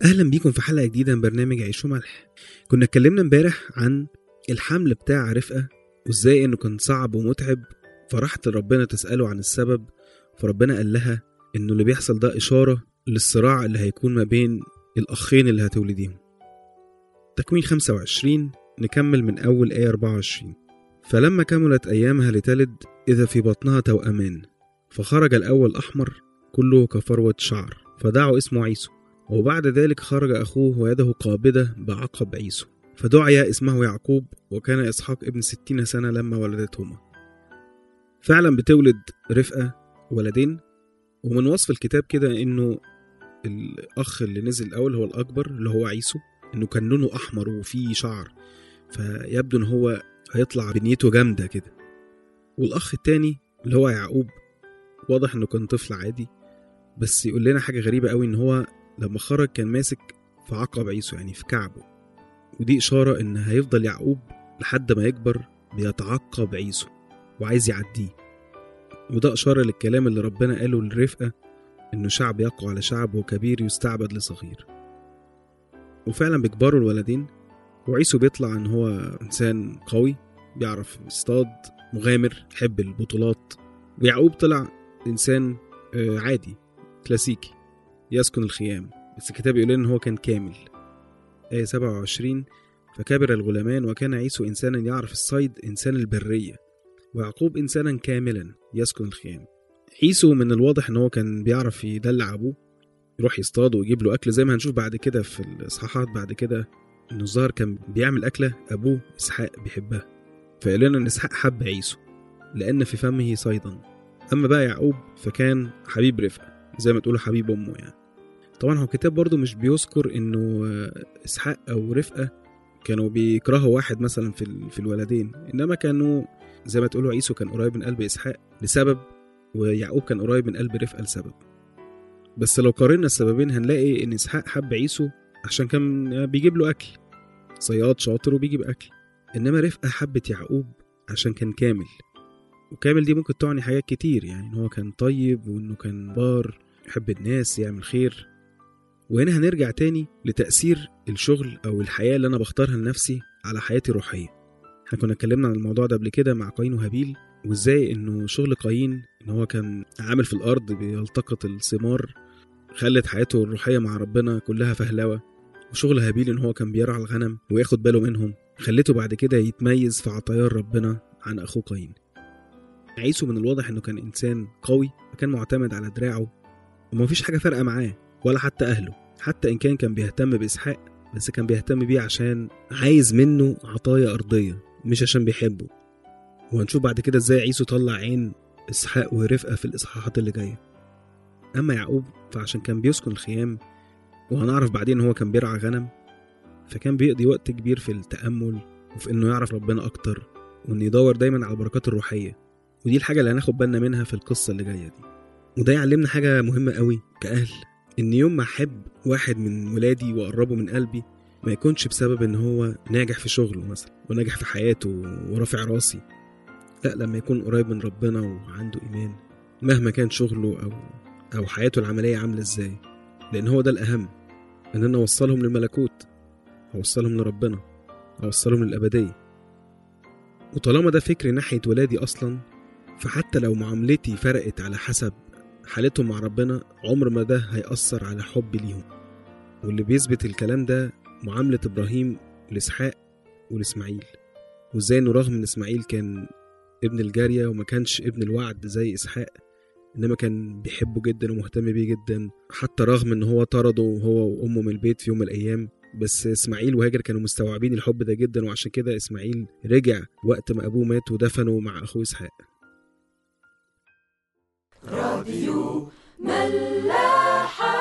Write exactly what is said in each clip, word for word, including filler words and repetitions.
اهلا بيكم في حلقه جديده من برنامج عيش وملح. كنا اتكلمنا امبارح عن الحمل بتاع رفقه وازاي انه كان صعب ومتعب، فراحت لربنا تساله عن السبب، فربنا قال لها انه اللي بيحصل ده اشاره للصراع اللي هيكون ما بين الاخين اللي هتولديهم. تكوين خمسة وعشرين نكمل من اول ايه أربعة وعشرين. فلما كملت ايامها لتلد اذا في بطنها توأمان، فخرج الاول احمر كله كفروه شعر، فدعوا اسمه عيسو. وبعد ذلك خرج أخوه ويده قابضة بعقب عيسو، فدعي اسمه يعقوب. وكان إسحاق ابن ستين سنة لما ولدتهما. فعلا بتولد رفقة ولدين، ومن وصف الكتاب كده إنه الأخ اللي نزل الأول هو الأكبر اللي هو عيسو، إنه كان لونه أحمر وفيه شعر، فيبدو إن هو هيطلع بنيته جامدة كده. والأخ التاني اللي هو يعقوب واضح إنه كان طفل عادي، بس يقول لنا حاجة غريبة قوي، إن هو لما خرج كان ماسك في عقب عيسو، يعني في كعبه، ودي إشارة إن هيفضل يعقوب لحد ما يكبر بيتعقب عيسو وعايز يعديه. وده إشارة للكلام اللي ربنا قاله لرفقة، إنه شعب يقع على شعب وكبير يستعبد لصغير. وفعلا بيكبروا الولدين، وعيسو بيطلع إن هو إنسان قوي بيعرف يصطاد، مغامر، يحب البطولات. ويعقوب طلع إنسان عادي كلاسيكي يسكن الخيام، بس الكتاب يقول إن هو كان كامل. آية سبعة وعشرين. فكبر الغلامان وكان عيسو إنسانا يعرف الصيد، إنسان البرية، ويعقوب إنسانا كاملا يسكن الخيام. عيسو من الواضح إن هو كان بيعرف يدلع أبوه، يروح يصطاد ويجيب له أكل، زي ما هنشوف بعد كده في الإصحاحات بعد كده إنه الظاهر كان بيعمل أكلة أبوه إسحاق بيحبها. فقال لنا إن إسحاق حب عيسو لأن في فمه صيدا. أما بقى يعقوب فكان حبيب رفقة، زي ما تقولوا حبيب أمه يعني. طبعا هو الكتاب برضو مش بيذكر انه اسحاق او رفقة كانوا بيكرهوا واحد مثلا في في الولدين، انما كانوا زي ما تقولوا عيسو كان قريب من قلب اسحاق لسبب، ويعقوب كان قريب من قلب رفقة لسبب. بس لو قارنا السببين هنلاقي ان اسحاق حب عيسو عشان كان بيجيب له اكل، صياد شاطر وبيجيب اكل. انما رفقة حبت يعقوب عشان كان كامل، وكامل دي ممكن تعني حاجات كتير، يعني ان هو كان طيب وانه كان بار، يحب الناس، يعمل خير. وهنا هنرجع تاني لتأثير الشغل أو الحياة اللي أنا بختارها لنفسي على حياتي الروحية. احنا كنا اتكلمنا عن الموضوع ده قبل كده مع قايين وهابيل، وازاي انه شغل قايين ان هو كان عامل في الأرض بيلتقط الثمار، خلت حياته الروحية مع ربنا كلها فهلوة. وشغل هابيل ان هو كان بيرعى الغنم وياخد باله منهم، خلته بعد كده يتميز في عطايا ربنا عن أخوه قايين. عيسو من الواضح انه كان إنسان قوي، وكان معتمد على دراعه ومفيش حاجة فارقة معاه ولا حتى أهله، حتى إن كان كان بيهتم بإسحاق، بس كان بيهتم بيه عشان عايز منه عطايا أرضية مش عشان بيحبه. وهنشوف بعد كده إزاي عيسو طلع عين إسحاق ورفقة في الإصحاحات اللي جاية. أما يعقوب فعشان كان بيسكن الخيام، وهنعرف بعدين هو كان بيرعى غنم، فكان بيقضي وقت كبير في التأمل وفي إنه يعرف ربنا أكتر، وإنه يدور دايما على البركات الروحية. ودي الحاجة اللي هناخد بالنا منها في القصة اللي جاية دي. وده يعلمنا حاجة مهمة قوي كأهل، إن يوم ما أحب واحد من ولادي وأقربه من قلبي ما يكونش بسبب إن هو ناجح في شغله مثلا وناجح في حياته ورافع راسي، لا، لما يكون قريب من ربنا وعنده إيمان مهما كان شغله أو أو حياته العملية عاملة إزاي، لأن هو ده الأهم، إن أنا أوصلهم للملكوت، أوصلهم لربنا، أوصلهم للأبدية. وطالما ده فكر ناحية ولادي أصلا، فحتى لو معاملتي فرقت على حسب حالتهم مع ربنا، عمر ما ده هيأثر على حبي ليهم. واللي بيثبت الكلام ده معاملة إبراهيم لإسحاق ولإسماعيل، وإزاي إنه رغم إن إسماعيل كان ابن الجارية وما كانش ابن الوعد زي إسحاق، إنما كان بيحبه جدا ومهتم بيه جدا، حتى رغم إن هو طرده هو وأمه من البيت في يوم من الأيام. بس إسماعيل وهاجر كانوا مستوعبين الحب ده جدا، وعشان كده إسماعيل رجع وقت ما أبوه مات ودفنه مع أخوه إسحاق. راديو ملاحة.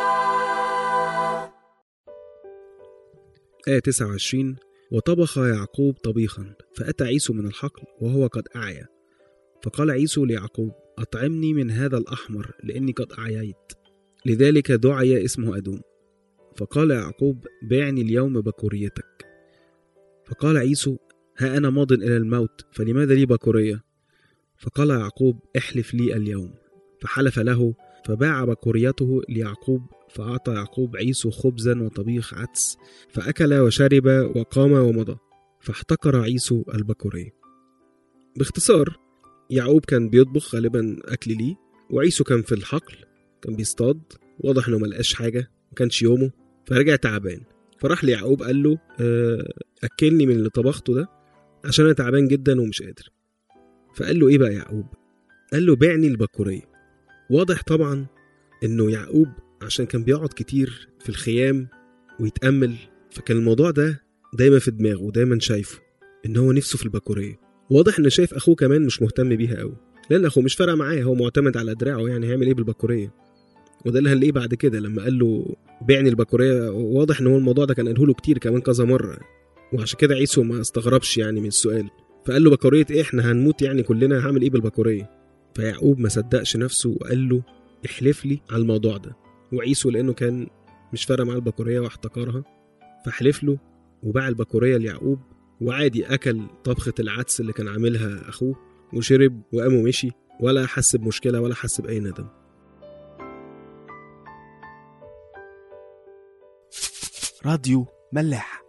آية تسعة وعشرين. وطبخ يعقوب طبيخا فأتى عيسو من الحقل وهو قد أعيا، فقال عيسو ليعقوب أطعمني من هذا الأحمر لأني قد أعييت، لذلك دعي اسمه أدوم. فقال يعقوب بعني اليوم بكوريتك. فقال عيسو ها أنا ماض إلى الموت، فلماذا لي بكورية؟ فقال يعقوب احلف لي اليوم. فحلف له فباع بكوريته ليعقوب، فأعطى يعقوب عيسو خبزا وطبيخ عدس، فأكل وشرب وقام ومضى، فاحتقر عيسو البكورية. باختصار، يعقوب كان بيطبخ غالبا أكل ليه، وعيسو كان في الحقل كان بيصطاد، واضح انه ملقاش حاجة، مكانش يومه، فرجع تعبان. فراح ليعقوب قال له أكلني من اللي طبخته ده عشان أنا تعبان جدا ومش قادر. فقال له إيه بقى يعقوب؟ قال له بعني البكورية. واضح طبعا إنه يعقوب عشان كان بيقعد كتير في الخيام ويتأمل، فكان الموضوع ده دايما في دماغه ودايما شايفه إن هو نفسه في البكورية. واضح إنه شايف أخوه كمان مش مهتم بيها قوي، لأن أخوه مش فارقة معاه، هو معتمد على دراعه، يعني هيعمل إيه بالبكورية؟ وده اللي هنلاقيه بعد كده لما قال له بيعني البكورية. واضح إن هو الموضوع ده كان قاله له كتير كمان كذا مرة، وعشان كده عيسو ما استغربش يعني من السؤال، فقال له بكورية إيه؟ إحنا هنموت يعني كلنا، هعمل إيه بالبكورية؟ فيعقوب ما صدقش نفسه وقال له احلف لي على الموضوع ده. وعيسو لأنه كان مش فارقة مع البكورية واحتقرها، فحلف له وباع البكورية ليعقوب، وعادي أكل طبخة العدس اللي كان عاملها أخوه وشرب وقام ومشي، ولا حس بمشكلة ولا حس بأي ندم. راديو ملاح.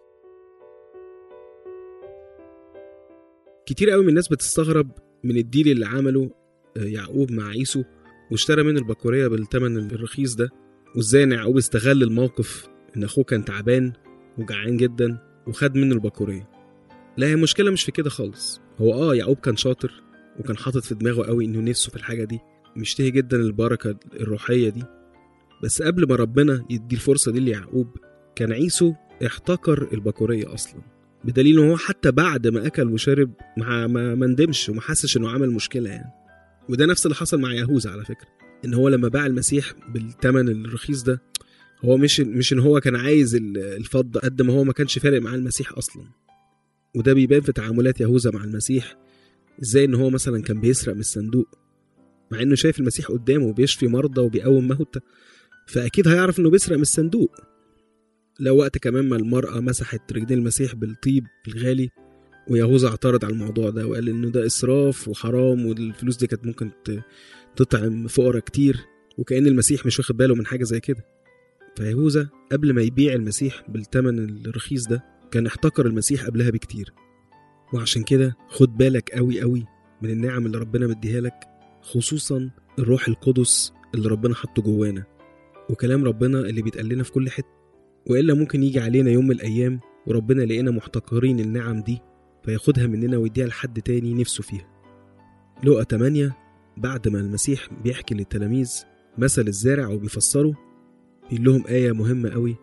كتير قوي من الناس بتستغرب من الديل اللي عمله يعقوب مع عيسو واشترى منه البكورية بالثمن الرخيص ده، وازاي ان يعقوب استغل الموقف ان اخوه كان تعبان وجعان جدا وخد منه البكورية. لا، هي المشكلة مش في كده خالص. هو اه يعقوب كان شاطر وكان حاطط في دماغه قوي انه نفسه في الحاجة دي، مشتهي جدا البركة الروحية دي، بس قبل ما ربنا يدي الفرصة دي ليعقوب كان عيسو احتقر البكورية اصلا، بدليل انه هو حتى بعد ما اكل وشرب ما ما ندمش وما حسش انه عمل مشكلة يعني. وده نفس اللي حصل مع يهوذا على فكرة، ان هو لما باع المسيح بالثمن الرخيص ده، هو مش مش ان هو كان عايز الفضة قد ما هو ما كانش فارق مع المسيح اصلا. وده بيبان في تعاملات يهوذا مع المسيح، ازاي ان هو مثلا كان بيسرق من الصندوق مع انه شايف المسيح قدامه وبيشفي مرضى وبيقوم موتى، فاكيد هيعرف انه بيسرق من الصندوق. لو وقت كمان ما المرأة مسحت رجلين المسيح بالطيب الغالي، ويهوذا اعترض على الموضوع ده وقال انه ده اسراف وحرام، والفلوس دي كانت ممكن تطعم فقراء كتير، وكأن المسيح مش واخد باله من حاجة زي كده. فيهوذا قبل ما يبيع المسيح بالثمن الرخيص ده كان احتقر المسيح قبلها بكتير. وعشان كده خد بالك قوي قوي من النعم اللي ربنا مديها لك، خصوصا الروح القدس اللي ربنا حطه جوانا، وكلام ربنا اللي بيتقال لنا في كل حتة. وإلا ممكن يجي علينا يوم من الأيام وربنا لقينا محتقرين النعم دي، فياخدها مننا ويديها لحد تاني نفسه فيها. لوقا تمانية بعد ما المسيح بيحكي للتلاميذ مثل الزارع وبيفسره، يقول لهم آية مهمة قوي،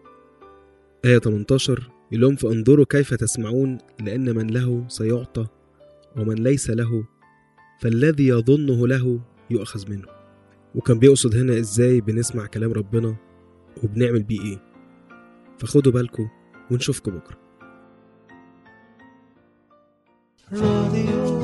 آية تمنتاشر، يقول لهم فانظروا كيف تسمعون، لأن من له سيعطى ومن ليس له فالذي يظنه له يؤخذ منه. وكان بيقصد هنا إزاي بنسمع كلام ربنا وبنعمل بيه إيه. فخدوا بالكم ونشوفكم بكرة.